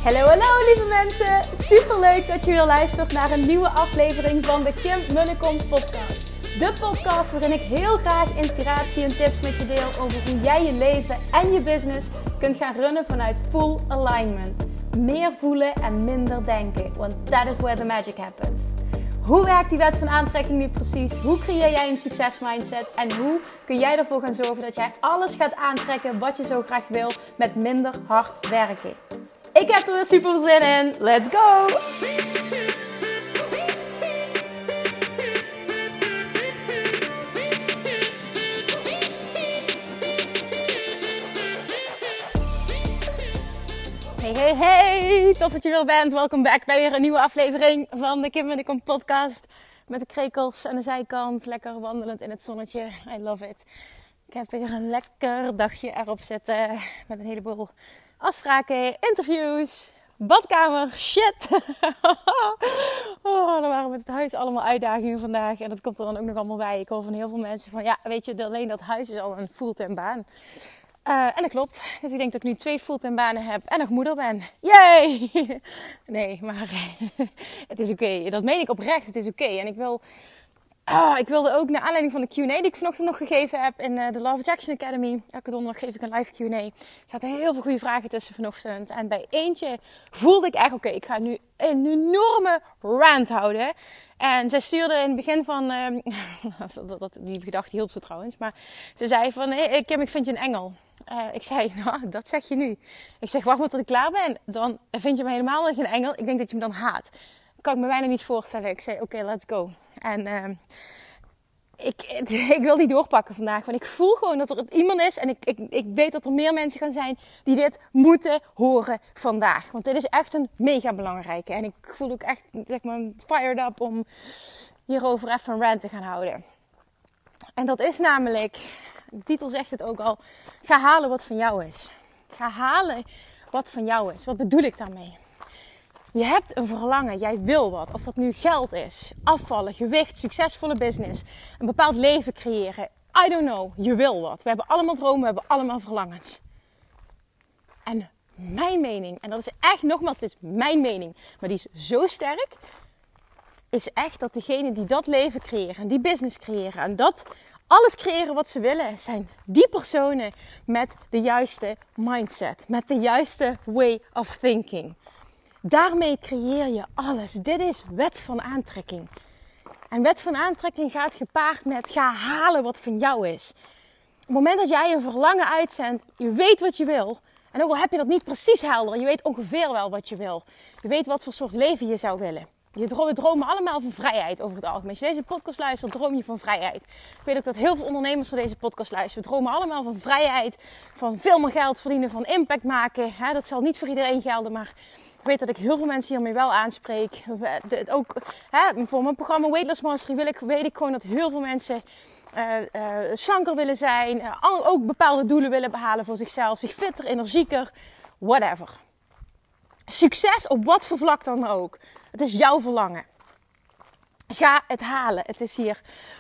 Hallo lieve mensen, superleuk dat je weer luistert naar een nieuwe aflevering van de Kim Munnekom podcast. De podcast waarin ik heel graag inspiratie en tips met je deel over hoe jij je leven en je business kunt gaan runnen vanuit full alignment. Meer voelen en minder denken, want that is where the magic happens. Hoe werkt die wet van aantrekking nu precies? Hoe creëer jij een succesmindset? En hoe kun jij ervoor gaan zorgen dat jij alles gaat aantrekken wat je zo graag wil met minder hard werken? Ik heb er weer super zin in. Let's go! Hey, tof dat je weer bent. Welkom back bij weer een nieuwe aflevering van de Kim Munnekom podcast. Met de krekels aan de zijkant, lekker wandelend in het zonnetje. I love it. Ik heb weer een lekker dagje erop zitten met een heleboel afspraken, interviews, badkamer, shit. Er waren met het huis allemaal uitdagingen vandaag en dat komt er dan ook nog allemaal bij. Ik hoor van heel veel mensen van, ja, weet je, alleen dat huis is al een fulltime baan. En dat klopt. Dus ik denk dat ik nu 2 fulltime banen heb en nog moeder ben. Yay! Nee, maar het is oké. Dat meen ik oprecht. Het is oké. En ik wilde ook, naar aanleiding van de Q&A die ik vanochtend nog gegeven heb in de Love Attraction Academy. Elke donderdag geef ik een live Q&A. Er zaten heel veel goede vragen tussen vanochtend. En bij eentje voelde ik echt, oké, ik ga nu een enorme rant houden. En zij stuurde in het begin van, die gedachte hield ze trouwens, maar ze zei van, hey, Kim, ik vind je een engel. Ik zei, nou, dat zeg je nu. Ik zeg, wacht maar tot ik klaar ben. Dan vind je me helemaal geen engel. Ik denk dat je me dan haat. Dat kan ik me bijna niet voorstellen. Ik zei, oké, let's go. En ik wil die doorpakken vandaag. Want ik voel gewoon dat er iemand is. En ik weet dat er meer mensen gaan zijn die dit moeten horen vandaag. Want dit is echt een mega belangrijke. En ik voel ook echt, zeg maar, fired up om hierover even een rant te gaan houden. En dat is namelijk, de titel zegt het ook al, ga halen wat van jou is. Ga halen wat van jou is. Wat bedoel ik daarmee? Je hebt een verlangen, jij wil wat. Of dat nu geld is, afvallen, gewicht, succesvolle business, een bepaald leven creëren. I don't know, je wil wat. We hebben allemaal dromen, we hebben allemaal verlangens. En mijn mening, en dat is echt nogmaals, het is mijn mening, maar die is zo sterk, is echt dat degenen die dat leven creëren, die business creëren en dat alles creëren wat ze willen, zijn die personen met de juiste mindset, met de juiste way of thinking. Daarmee creëer je alles. Dit is wet van aantrekking. En wet van aantrekking gaat gepaard met ga halen wat van jou is. Op het moment dat jij een verlangen uitzendt, je weet wat je wil. En ook al heb je dat niet precies helder, je weet ongeveer wel wat je wil. Je weet wat voor soort leven je zou willen. We dromen allemaal van vrijheid over het algemeen. Als je deze podcast luistert, droom je van vrijheid. Ik weet ook dat heel veel ondernemers van deze podcast luisteren. We dromen allemaal van vrijheid, van veel meer geld verdienen, van impact maken. Dat zal niet voor iedereen gelden, maar ik weet dat ik heel veel mensen hiermee wel aanspreek. Ook voor mijn programma Weightless Mastery weet ik gewoon dat heel veel mensen slanker willen zijn. Ook bepaalde doelen willen behalen voor zichzelf. Zich fitter, energieker, whatever. Succes op wat voor vlak dan ook. Het is jouw verlangen. Ga het halen. Het is hier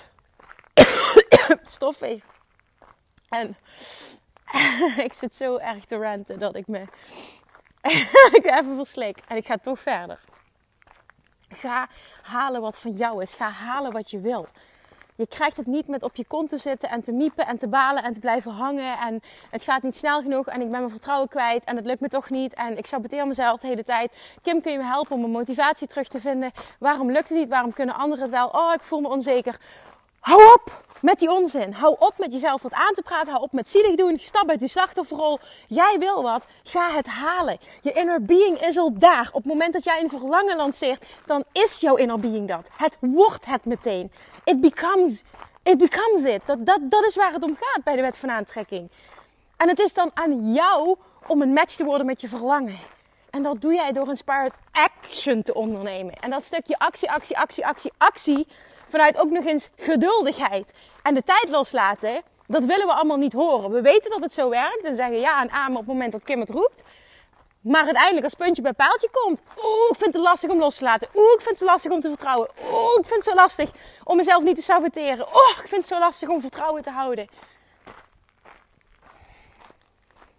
stoffig. En ik zit zo erg te ranten dat ik me even verslik. En ik ga toch verder. Ga halen wat van jou is. Ga halen wat je wil. Je krijgt het niet met op je kont te zitten en te miepen en te balen en te blijven hangen. En het gaat niet snel genoeg en ik ben mijn vertrouwen kwijt en het lukt me toch niet. En ik saboteer mezelf de hele tijd. Kim, kun je me helpen om mijn motivatie terug te vinden? Waarom lukt het niet? Waarom kunnen anderen het wel? Oh, ik voel me onzeker. Hou op met die onzin. Hou op met jezelf wat aan te praten. Hou op met zielig doen. Stap uit die slachtofferrol. Jij wil wat. Ga het halen. Je inner being is al daar. Op het moment dat jij een verlangen lanceert, dan is jouw inner being dat. Het wordt het meteen. It becomes it. Dat is waar het om gaat bij de wet van aantrekking. En het is dan aan jou om een match te worden met je verlangen. En dat doe jij door inspired action te ondernemen. En dat stukje actie. Vanuit ook nog eens geduldigheid. En de tijd loslaten, dat willen we allemaal niet horen. We weten dat het zo werkt en zeggen ja en amen op het moment dat Kim het roept. Maar uiteindelijk als puntje bij paaltje komt. Ik vind het lastig om los te laten. Ik vind het zo lastig om te vertrouwen. Ik vind het zo lastig om mezelf niet te saboteren. Ik vind het zo lastig om vertrouwen te houden.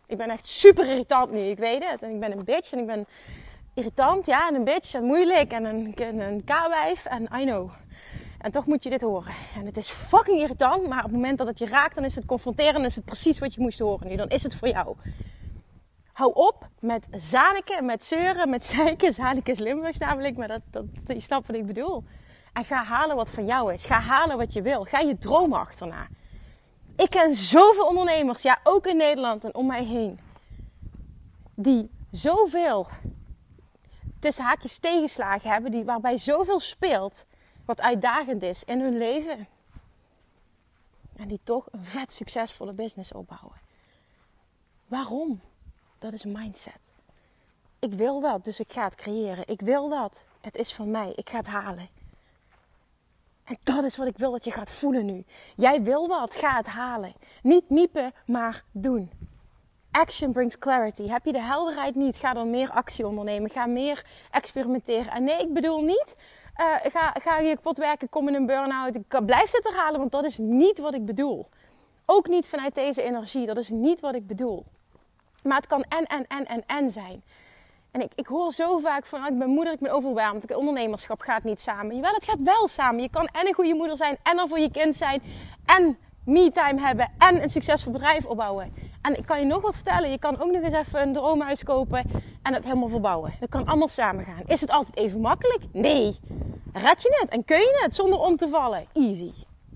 Ik ben echt super irritant nu, ik weet het. En ik ben een bitch en ik ben irritant, ja, en een bitch en moeilijk en een k-wijf en I know. En toch moet je dit horen. En het is fucking irritant, maar op het moment dat het je raakt, dan is het confronterend en is het precies wat je moest horen nu. Dan is het voor jou. Hou op met zaniken, met zeuren, met zeiken. Zaniken is Limburgs namelijk, maar je snapt wat ik bedoel. En ga halen wat van jou is. Ga halen wat je wil. Ga je dromen achterna. Ik ken zoveel ondernemers, ja, ook in Nederland en om mij heen, die zoveel tussen haakjes tegenslagen hebben, waarbij zoveel speelt wat uitdagend is in hun leven. En die toch een vet succesvolle business opbouwen. Waarom? Dat is een mindset. Ik wil dat, dus ik ga het creëren. Ik wil dat. Het is van mij. Ik ga het halen. En dat is wat ik wil dat je gaat voelen nu. Jij wil dat. Ga het halen. Niet miepen, maar doen. Action brings clarity. Heb je de helderheid niet? Ga dan meer actie ondernemen. Ga meer experimenteren. En nee, ik bedoel niet... Ga je kapot werken, kom in een burn-out. Ik blijf dit herhalen, want dat is niet wat ik bedoel. Ook niet vanuit deze energie. Dat is niet wat ik bedoel. Maar het kan en zijn. En ik hoor zo vaak van, ik ben moeder, ik ben overweldigd. Ondernemerschap gaat niet samen. Jawel, het gaat wel samen. Je kan en een goede moeder zijn, en er voor je kind zijn, en me-time hebben, en een succesvol bedrijf opbouwen. En ik kan je nog wat vertellen. Je kan ook nog eens even een droomhuis kopen en het helemaal verbouwen. Dat kan allemaal samen gaan. Is het altijd even makkelijk? Nee. Red je het en kun je het zonder om te vallen? Easy.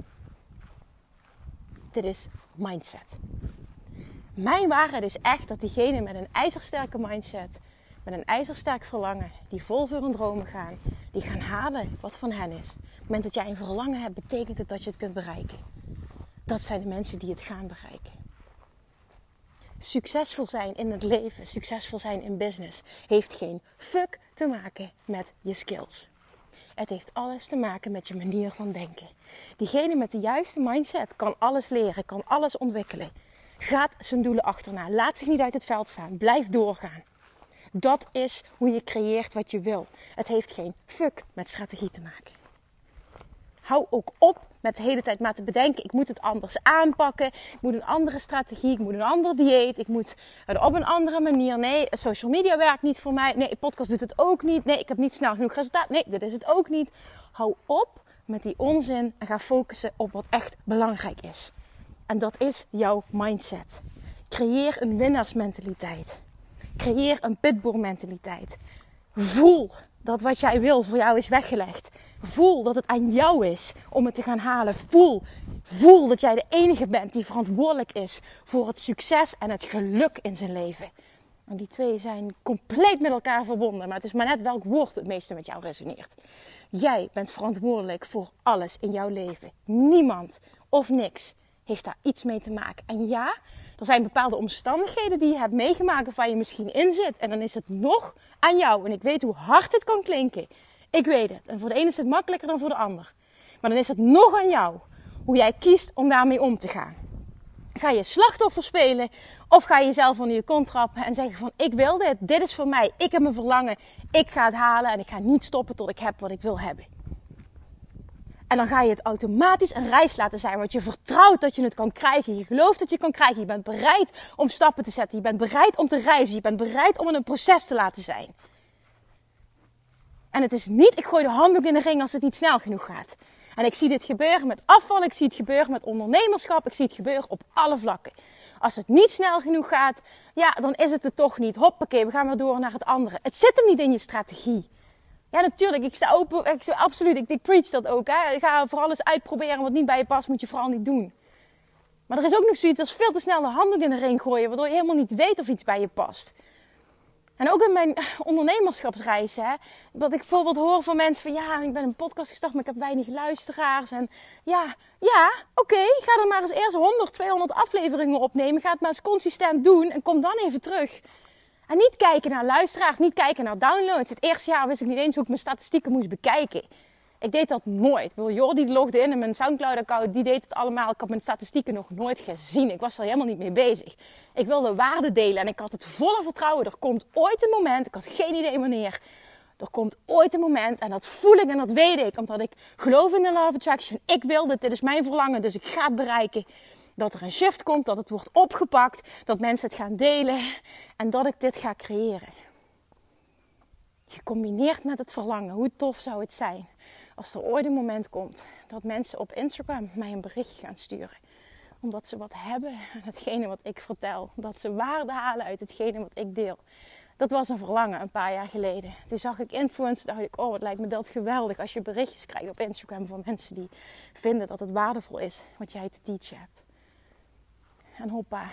Dit is mindset. Mijn waarheid is echt dat diegenen met een ijzersterke mindset, met een ijzersterk verlangen, die vol voor hun dromen gaan, die gaan halen wat van hen is. Op het moment dat jij een verlangen hebt, betekent het dat je het kunt bereiken. Dat zijn de mensen die het gaan bereiken. Succesvol zijn in het leven, succesvol zijn in business, heeft geen fuck te maken met je skills. Het heeft alles te maken met je manier van denken. Diegene met de juiste mindset kan alles leren, kan alles ontwikkelen. Gaat zijn doelen achterna. Laat zich niet uit het veld staan. Blijf doorgaan. Dat is hoe je creëert wat je wil. Het heeft geen fuck met strategie te maken. Hou ook op met de hele tijd maar te bedenken, ik moet het anders aanpakken. Ik moet een andere strategie, ik moet een ander dieet. Ik moet het op een andere manier. Nee, social media werkt niet voor mij. Nee, podcast doet het ook niet. Nee, ik heb niet snel genoeg resultaat. Nee, dit is het ook niet. Hou op met die onzin en ga focussen op wat echt belangrijk is. En dat is jouw mindset. Creëer een winnaarsmentaliteit. Creëer een pitbullmentaliteit. Voel dat wat jij wil voor jou is weggelegd. Voel dat het aan jou is om het te gaan halen. Voel dat jij de enige bent die verantwoordelijk is voor het succes en het geluk in zijn leven. En die twee zijn compleet met elkaar verbonden. Maar het is maar net welk woord het meeste met jou resoneert. Jij bent verantwoordelijk voor alles in jouw leven. Niemand of niks heeft daar iets mee te maken. En ja, er zijn bepaalde omstandigheden die je hebt meegemaakt of waar je misschien in zit. En dan is het nog aan jou. En ik weet hoe hard het kan klinken. Ik weet het. En voor de ene is het makkelijker dan voor de ander. Maar dan is het nog aan jou hoe jij kiest om daarmee om te gaan. Ga je slachtoffer spelen of ga je jezelf onder je kont trappen en zeggen van ik wil dit. Dit is voor mij. Ik heb mijn verlangen. Ik ga het halen en ik ga niet stoppen tot ik heb wat ik wil hebben. En dan ga je het automatisch een reis laten zijn. Want je vertrouwt dat je het kan krijgen. Je gelooft dat je kan krijgen. Je bent bereid om stappen te zetten. Je bent bereid om te reizen. Je bent bereid om het een proces te laten zijn. En het is niet, ik gooi de handdoek in de ring als het niet snel genoeg gaat. En ik zie dit gebeuren met afval. Ik zie het gebeuren met ondernemerschap. Ik zie het gebeuren op alle vlakken. Als het niet snel genoeg gaat, ja, dan is het toch niet. Hoppakee, we gaan weer door naar het andere. Het zit hem niet in je strategie. Ja, natuurlijk. Ik sta open. Absoluut. Ik preach dat ook. Hè. Ga voor alles uitproberen wat niet bij je past, moet je vooral niet doen. Maar er is ook nog zoiets als veel te snel de handdoek in de ring gooien, waardoor je helemaal niet weet of iets bij je past. En ook in mijn ondernemerschapsreis, hè, dat ik bijvoorbeeld hoor van mensen van ja, ik ben een podcast gestart, maar ik heb weinig luisteraars. En oké, ga dan maar eens eerst 100, 200 afleveringen opnemen. Ga het maar eens consistent doen en kom dan even terug. En niet kijken naar luisteraars, niet kijken naar downloads. Het eerste jaar wist ik niet eens hoe ik mijn statistieken moest bekijken. Ik deed dat nooit. Jordi logde in mijn Soundcloud-account, die deed het allemaal. Ik had mijn statistieken nog nooit gezien. Ik was er helemaal niet mee bezig. Ik wilde waarde delen en ik had het volle vertrouwen. Er komt ooit een moment, ik had geen idee wanneer. Er komt ooit een moment en dat voel ik en dat weet ik. Omdat ik geloof in de Law of Attraction. Ik wil dit is mijn verlangen, dus ik ga het bereiken. Dat er een shift komt, dat het wordt opgepakt, dat mensen het gaan delen en dat ik dit ga creëren. Gecombineerd met het verlangen. Hoe tof zou het zijn als er ooit een moment komt dat mensen op Instagram mij een berichtje gaan sturen. Omdat ze wat hebben aan hetgene wat ik vertel. Dat ze waarde halen uit hetgene wat ik deel. Dat was een verlangen een paar jaar geleden. Toen zag ik influencers, dacht ik, oh wat lijkt me dat geweldig. Als je berichtjes krijgt op Instagram van mensen die vinden dat het waardevol is wat jij te teachen hebt. En hoppa.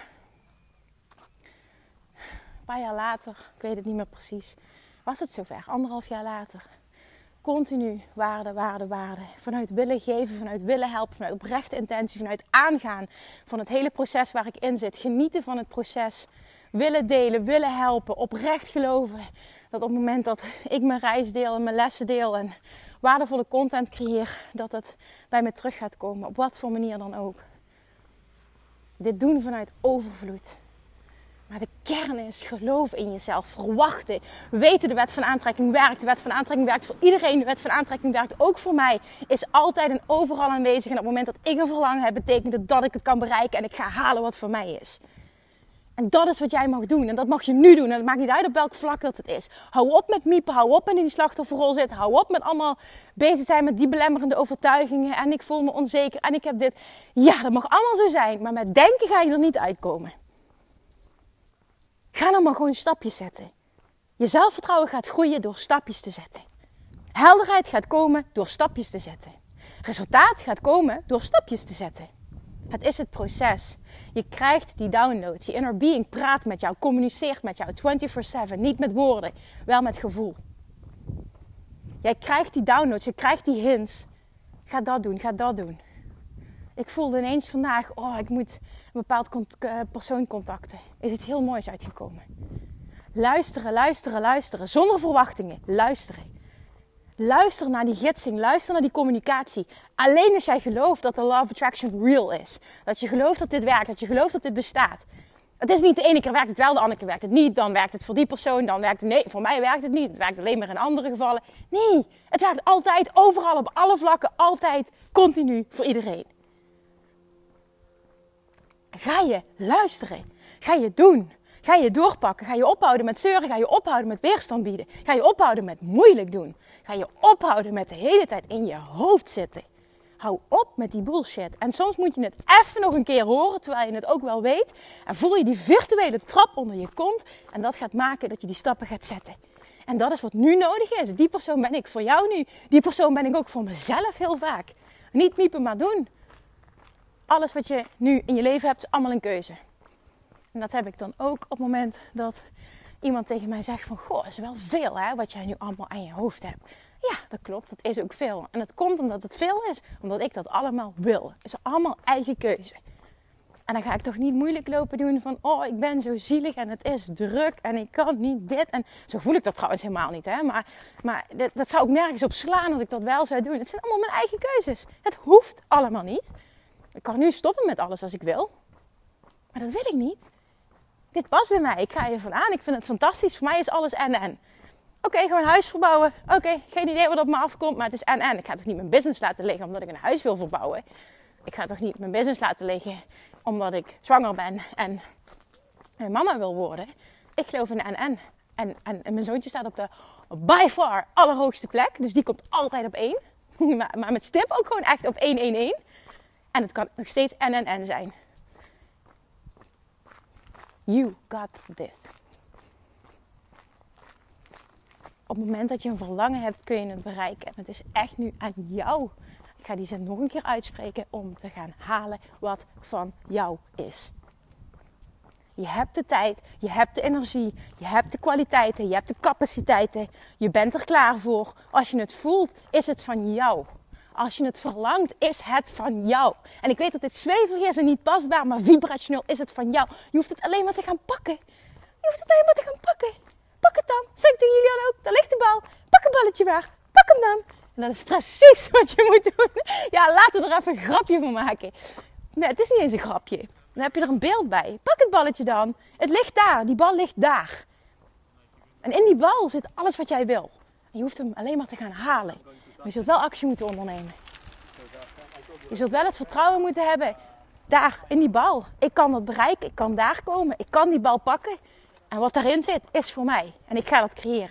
Een paar jaar later, ik weet het niet meer precies, was het zover. 1,5 jaar later. Continu waarde, waarde, waarde. Vanuit willen geven, vanuit willen helpen, vanuit oprechte intentie, vanuit aangaan van het hele proces waar ik in zit. Genieten van het proces. Willen delen, willen helpen, oprecht geloven. Dat op het moment dat ik mijn reis deel en mijn lessen deel en waardevolle content creëer, dat het bij me terug gaat komen. Op wat voor manier dan ook. Dit doen vanuit overvloed. Maar de kern is geloven in jezelf, verwachten, weten de wet van aantrekking werkt. De wet van aantrekking werkt voor iedereen, de wet van aantrekking werkt ook voor mij. Is altijd en overal aanwezig en op het moment dat ik een verlangen heb, betekent het dat ik het kan bereiken en ik ga halen wat voor mij is. En dat is wat jij mag doen en dat mag je nu doen en het maakt niet uit op welk vlak dat het is. Hou op met miepen, hou op met in die slachtofferrol zitten, hou op met allemaal bezig zijn met die belemmerende overtuigingen en ik voel me onzeker en ik heb dit. Ja, dat mag allemaal zo zijn, maar met denken ga je er niet uitkomen. Ga nou maar gewoon stapjes zetten. Je zelfvertrouwen gaat groeien door stapjes te zetten. Helderheid gaat komen door stapjes te zetten. Resultaat gaat komen door stapjes te zetten. Het is het proces. Je krijgt die downloads. Je inner being praat met jou, communiceert met jou 24/7. Niet met woorden, wel met gevoel. Jij krijgt die downloads, je krijgt die hints. Ga dat doen, ga dat doen. Ik voelde ineens vandaag, ik moet een bepaald persoon contacten. Is het heel moois uitgekomen. Luisteren, luisteren, luisteren. Zonder verwachtingen. Luisteren. Luister naar die gidsing. Luister naar die communicatie. Alleen als jij gelooft dat de Law of Attraction real is. Dat je gelooft dat dit werkt. Dat je gelooft dat dit bestaat. Het is niet de ene keer werkt het wel, de andere keer werkt het niet. Dan werkt het voor die persoon, dan werkt het... Nee, voor mij werkt het niet. Het werkt alleen maar in andere gevallen. Nee, het werkt altijd, overal, op alle vlakken. Altijd, continu, voor iedereen. Ga je luisteren. Ga je doen. Ga je doorpakken. Ga je ophouden met zeuren. Ga je ophouden met weerstand bieden. Ga je ophouden met moeilijk doen. Ga je ophouden met de hele tijd in je hoofd zitten. Hou op met die bullshit. En soms moet je het even nog een keer horen, terwijl je het ook wel weet. En voel je die virtuele trap onder je kont. En dat gaat maken dat je die stappen gaat zetten. En dat is wat nu nodig is. Die persoon ben ik voor jou nu. Die persoon ben ik ook voor mezelf heel vaak. Niet miepen, maar doen. Alles wat je nu in je leven hebt, is allemaal een keuze. En dat heb ik dan ook op het moment dat iemand tegen mij zegt van... Goh, is wel veel hè, wat jij nu allemaal aan je hoofd hebt. Ja, dat klopt, dat is ook veel. En dat komt omdat het veel is, omdat ik dat allemaal wil. Het is allemaal eigen keuze. En dan ga ik toch niet moeilijk lopen doen van... ik ben zo zielig en het is druk en ik kan niet dit. En zo voel ik dat trouwens helemaal niet. Hè? Maar dat zou ook nergens op slaan als ik dat wel zou doen. Het zijn allemaal mijn eigen keuzes. Het hoeft allemaal niet. Ik kan nu stoppen met alles als ik wil. Maar dat wil ik niet. Dit past bij mij. Ik ga er van aan. Ik vind het fantastisch. Voor mij is alles en. Oké, gewoon een huis verbouwen. Oké, geen idee wat op me afkomt, maar het is en. Ik ga toch niet mijn business laten liggen omdat ik een huis wil verbouwen. Ik ga toch niet mijn business laten liggen omdat ik zwanger ben en mama wil worden. Ik geloof in en. En mijn zoontje staat op de by far allerhoogste plek. Dus die komt altijd op 1. Maar met stip ook gewoon echt op 1. En het kan nog steeds en zijn. You got this. Op het moment dat je een verlangen hebt, kun je het bereiken. En het is echt nu aan jou. Ik ga die zin nog een keer uitspreken om te gaan halen wat van jou is. Je hebt de tijd, je hebt de energie, je hebt de kwaliteiten, je hebt de capaciteiten. Je bent er klaar voor. Als je het voelt, is het van jou. Als je het verlangt, is het van jou. En ik weet dat dit zweverig is en niet pasbaar, maar vibrationeel is het van jou. Je hoeft het alleen maar te gaan pakken. Pak het dan. Zeg tegen jullie dan ook, daar ligt de bal. Pak een balletje maar. Pak hem dan. En dat is precies wat je moet doen. Ja, laten we er even een grapje van maken. Nee, het is niet eens een grapje. Dan heb je er een beeld bij. Pak het balletje dan. Het ligt daar. Die bal ligt daar. En in die bal zit alles wat jij wil. En je hoeft hem alleen maar te gaan halen. Maar je zult wel actie moeten ondernemen. Je zult wel het vertrouwen moeten hebben daar in die bal. Ik kan dat bereiken, ik kan daar komen, ik kan die bal pakken. En wat daarin zit, is voor mij. En ik ga dat creëren.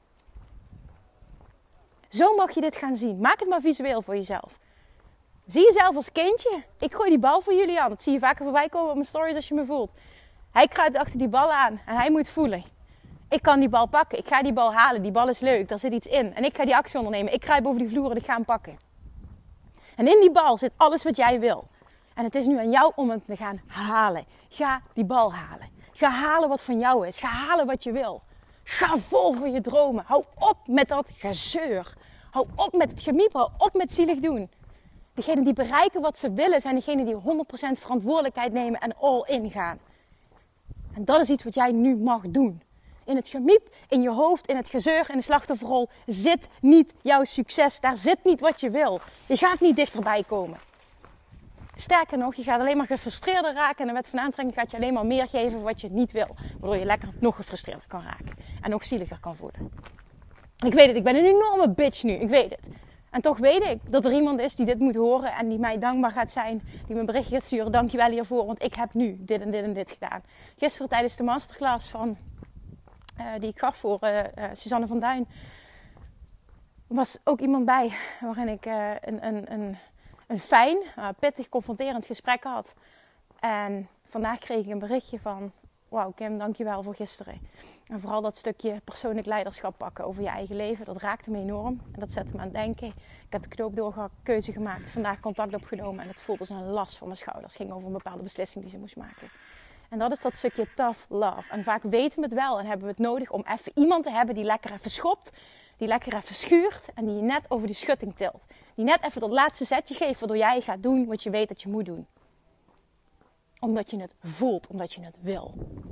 Zo mag je dit gaan zien. Maak het maar visueel voor jezelf. Zie jezelf als kindje. Ik gooi die bal voor Julian. Dat zie je vaker voorbij komen op mijn stories als je me voelt. Hij kruipt achter die bal aan en hij moet voelen. Ik kan die bal pakken. Ik ga die bal halen. Die bal is leuk. Daar zit iets in. En ik ga die actie ondernemen. Ik kruip over die vloer en ik ga hem pakken. En in die bal zit alles wat jij wil. En het is nu aan jou om het te gaan halen. Ga die bal halen. Ga halen wat van jou is. Ga halen wat je wil. Ga vol voor je dromen. Hou op met dat gezeur. Hou op met het gemieper. Hou op met zielig doen. Degenen die bereiken wat ze willen zijn degenen die 100% verantwoordelijkheid nemen en all in gaan. En dat is iets wat jij nu mag doen. In het gemiep, in je hoofd, in het gezeur, in de slachtofferrol zit niet jouw succes. Daar zit niet wat je wil. Je gaat niet dichterbij komen. Sterker nog, je gaat alleen maar gefrustreerder raken. En de wet van aantrekking gaat je alleen maar meer geven wat je niet wil. Waardoor je lekker nog gefrustreerder kan raken. En nog zieliger kan voelen. Ik weet het, ik ben een enorme bitch nu. Ik weet het. En toch weet ik dat er iemand is die dit moet horen. En die mij dankbaar gaat zijn. Die me een berichtje gaat sturen. Dankjewel hiervoor, want ik heb nu dit en dit en dit gedaan. Gisteren tijdens de masterclass die ik gaf voor Suzanne van Duin. Was ook iemand bij waarin ik een fijn, pittig, confronterend gesprek had. En vandaag kreeg ik een berichtje van... Wauw Kim, dankjewel voor gisteren. En vooral dat stukje persoonlijk leiderschap pakken over je eigen leven. Dat raakte me enorm. En dat zette me aan het denken. Ik heb de knoop doorgehakt, keuze gemaakt. Vandaag contact opgenomen. En het voelde als een last van mijn schouders. Het ging over een bepaalde beslissing die ze moest maken. En dat is dat stukje tough love. En vaak weten we het wel en hebben we het nodig om even iemand te hebben die lekker even schopt. Die lekker even schuurt en die je net over die schutting tilt. Die net even dat laatste zetje geeft waardoor jij gaat doen wat je weet dat je moet doen. Omdat je het voelt, omdat je het wil.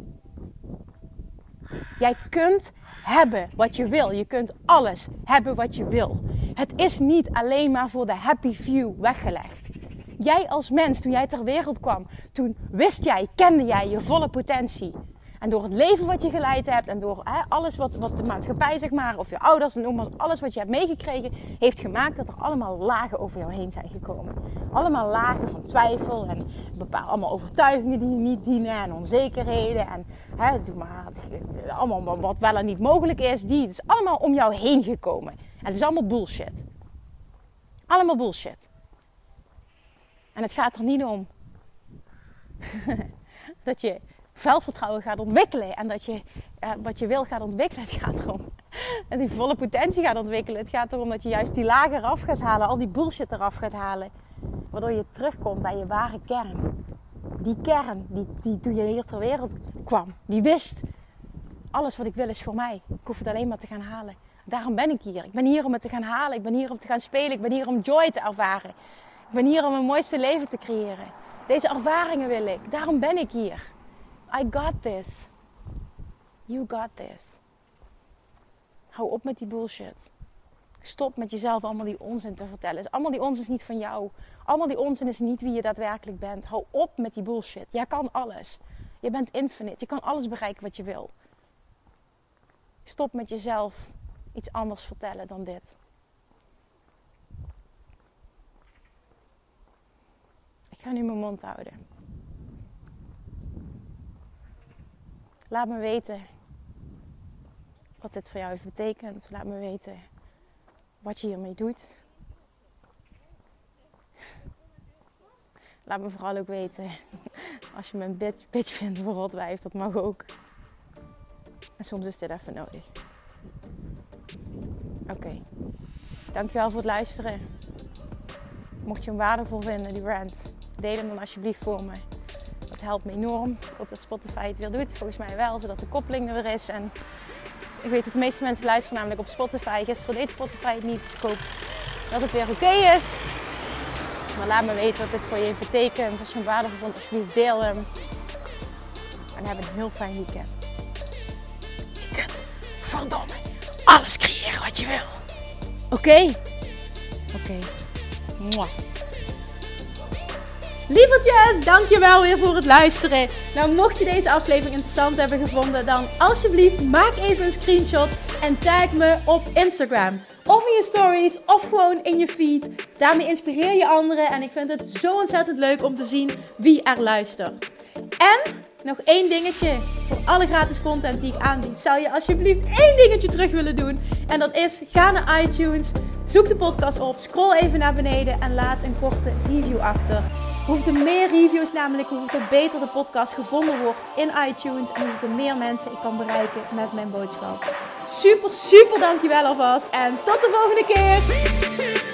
Jij kunt hebben wat je wil. Je kunt alles hebben wat je wil. Het is niet alleen maar voor de happy few weggelegd. Jij als mens, toen jij ter wereld kwam, toen kende jij je volle potentie. En door het leven wat je geleid hebt en door alles wat de maatschappij, zeg maar, of je ouders en noem maar, alles wat je hebt meegekregen, heeft gemaakt dat er allemaal lagen over jou heen zijn gekomen. Allemaal lagen van twijfel en allemaal overtuigingen die je niet dienen en onzekerheden en allemaal wat wel en niet mogelijk is. Het is allemaal om jou heen gekomen. En het is allemaal bullshit. Allemaal bullshit. En het gaat er niet om dat je zelfvertrouwen gaat ontwikkelen. En dat je wat je wil gaat ontwikkelen. Het gaat erom dat je volle potentie gaat ontwikkelen. Het gaat erom dat je juist die lagen eraf gaat halen. Al die bullshit eraf gaat halen. Waardoor je terugkomt bij je ware kern. Die kern die toen je hier ter wereld kwam. Die wist. Alles wat ik wil is voor mij. Ik hoef het alleen maar te gaan halen. Daarom ben ik hier. Ik ben hier om het te gaan halen. Ik ben hier om te gaan spelen. Ik ben hier om joy te ervaren. Ik ben hier om mijn mooiste leven te creëren. Deze ervaringen wil ik. Daarom ben ik hier. I got this. You got this. Hou op met die bullshit. Stop met jezelf allemaal die onzin te vertellen. Allemaal die onzin is niet van jou. Allemaal die onzin is niet wie je daadwerkelijk bent. Hou op met die bullshit. Jij kan alles. Je bent infinite. Je kan alles bereiken wat je wil. Stop met jezelf iets anders vertellen dan dit. Ik ga nu mijn mond houden. Laat me weten wat dit voor jou heeft betekend. Laat me weten wat je hiermee doet. Laat me vooral ook weten als je me een bitch vindt voor rotwijf. Dat mag ook. En soms is dit even nodig. Oké. Dankjewel voor het luisteren. Mocht je hem waardevol vinden, die rant, deel hem dan alsjeblieft voor me. Dat helpt me enorm. Ik hoop dat Spotify het weer doet. Volgens mij wel, zodat de koppeling er weer is. En ik weet dat de meeste mensen luisteren namelijk op Spotify. Gisteren deed Spotify het niet. Dus ik hoop dat het weer oké is. Maar laat me weten wat dit voor je heeft betekend. Als je hem waardevol vond, alsjeblieft deel hem. En heb een heel fijn weekend. Je kunt, verdomme, alles creëren wat je wil. Oké? Oké. Mwah. Lievertjes, dankjewel weer voor het luisteren. Nou, mocht je deze aflevering interessant hebben gevonden, dan alsjeblieft maak even een screenshot en tag me op Instagram. Of in je stories, of gewoon in je feed. Daarmee inspireer je anderen en ik vind het zo ontzettend leuk om te zien wie er luistert. En nog 1 dingetje voor alle gratis content die ik aanbied. Zou je alsjeblieft 1 dingetje terug willen doen? En dat is, ga naar iTunes, zoek de podcast op, scroll even naar beneden en laat een korte review achter. Hoeveel meer reviews namelijk, hoeveel beter de podcast gevonden wordt in iTunes en hoeveel meer mensen ik kan bereiken met mijn boodschap. Super dankjewel alvast en tot de volgende keer!